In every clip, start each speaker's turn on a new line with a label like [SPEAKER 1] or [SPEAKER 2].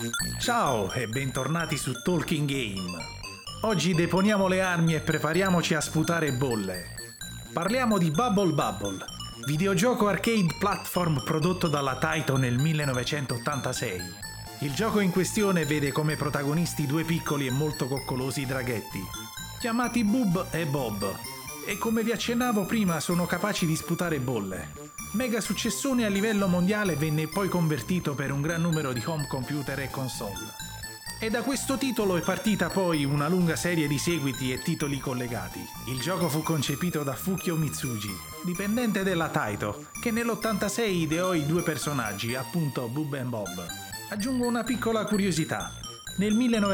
[SPEAKER 1] Ciao e bentornati su Talking Game. Oggi deponiamo le armi e prepariamoci a sputare bolle. Parliamo di Bubble Bubble, videogioco arcade platform prodotto dalla Taito nel 1986. Il gioco in questione vede come protagonisti due piccoli e molto coccolosi draghetti, chiamati Bub e Bob, e come vi accennavo prima sono capaci di sputare bolle. Mega successone a livello mondiale, venne poi convertito per un gran numero di home computer e console. E da questo titolo è partita poi una lunga serie di seguiti e titoli collegati. Il gioco fu concepito da Fukio Mitsuji, dipendente della Taito, che nell'86 ideò i due personaggi, appunto Bub e Bob. Aggiungo una piccola curiosità. Nel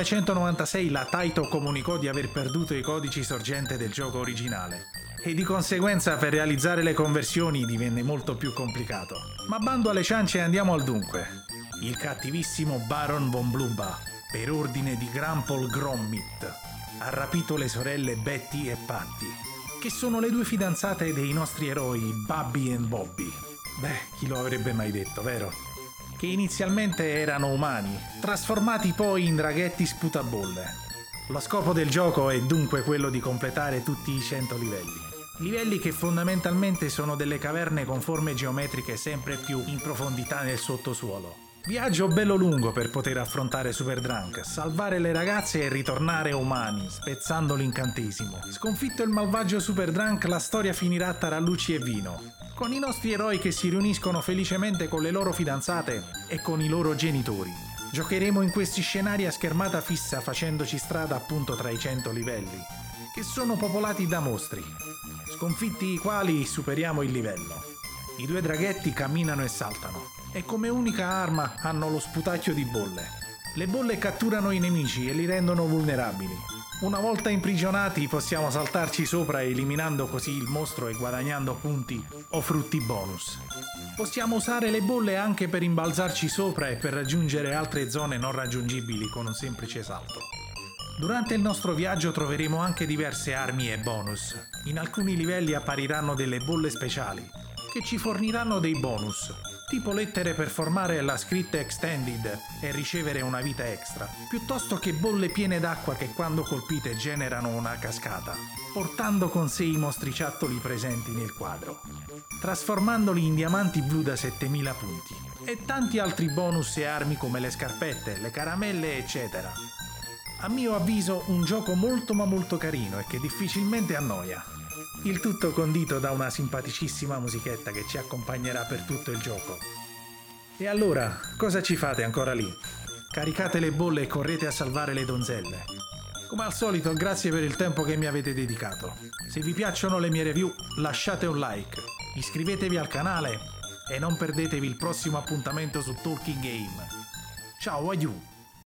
[SPEAKER 1] 1996 la Taito comunicò di aver perduto i codici sorgente del gioco originale e di conseguenza per realizzare le conversioni divenne molto più complicato. Ma bando alle ciance e andiamo al dunque. Il cattivissimo Baron von Blumba, per ordine di Grandpaul Gromit, ha rapito le sorelle Betty e Patty, che sono le due fidanzate dei nostri eroi Bubby e Bobby. Beh, chi lo avrebbe mai detto, vero? Che inizialmente erano umani, trasformati poi in draghetti sputabolle. Lo scopo del gioco è dunque quello di completare tutti i 100 livelli. Livelli che fondamentalmente sono delle caverne con forme geometriche sempre più in profondità nel sottosuolo. Viaggio bello lungo per poter affrontare Super Drunk, salvare le ragazze e ritornare umani, spezzando l'incantesimo. Sconfitto il malvagio Super Drunk, la storia finirà a tarallucci e vino, con i nostri eroi che si riuniscono felicemente con le loro fidanzate e con i loro genitori. Giocheremo in questi scenari a schermata fissa facendoci strada appunto tra i 100 livelli, che sono popolati da mostri, sconfitti i quali superiamo il livello. I due draghetti camminano e saltano, e come unica arma hanno lo sputacchio di bolle. Le bolle catturano i nemici e li rendono vulnerabili. Una volta imprigionati possiamo saltarci sopra eliminando così il mostro e guadagnando punti o frutti bonus. Possiamo usare le bolle anche per imbalzarci sopra e per raggiungere altre zone non raggiungibili con un semplice salto. Durante il nostro viaggio troveremo anche diverse armi e bonus. In alcuni livelli appariranno delle bolle speciali, che ci forniranno dei bonus, tipo lettere per formare la scritta extended e ricevere una vita extra, piuttosto che bolle piene d'acqua che quando colpite generano una cascata, portando con sé i mostriciattoli presenti nel quadro, trasformandoli in diamanti blu da 7000 punti, e tanti altri bonus e armi come le scarpette, le caramelle, eccetera. A mio avviso un gioco molto ma molto carino e che difficilmente annoia. Il tutto condito da una simpaticissima musichetta che ci accompagnerà per tutto il gioco. E allora, cosa ci fate ancora lì? Caricate le bolle e correte a salvare le donzelle. Come al solito, grazie per il tempo che mi avete dedicato. Se vi piacciono le mie review, lasciate un like, iscrivetevi al canale e non perdetevi il prossimo appuntamento su Talking Game. Ciao, aiù!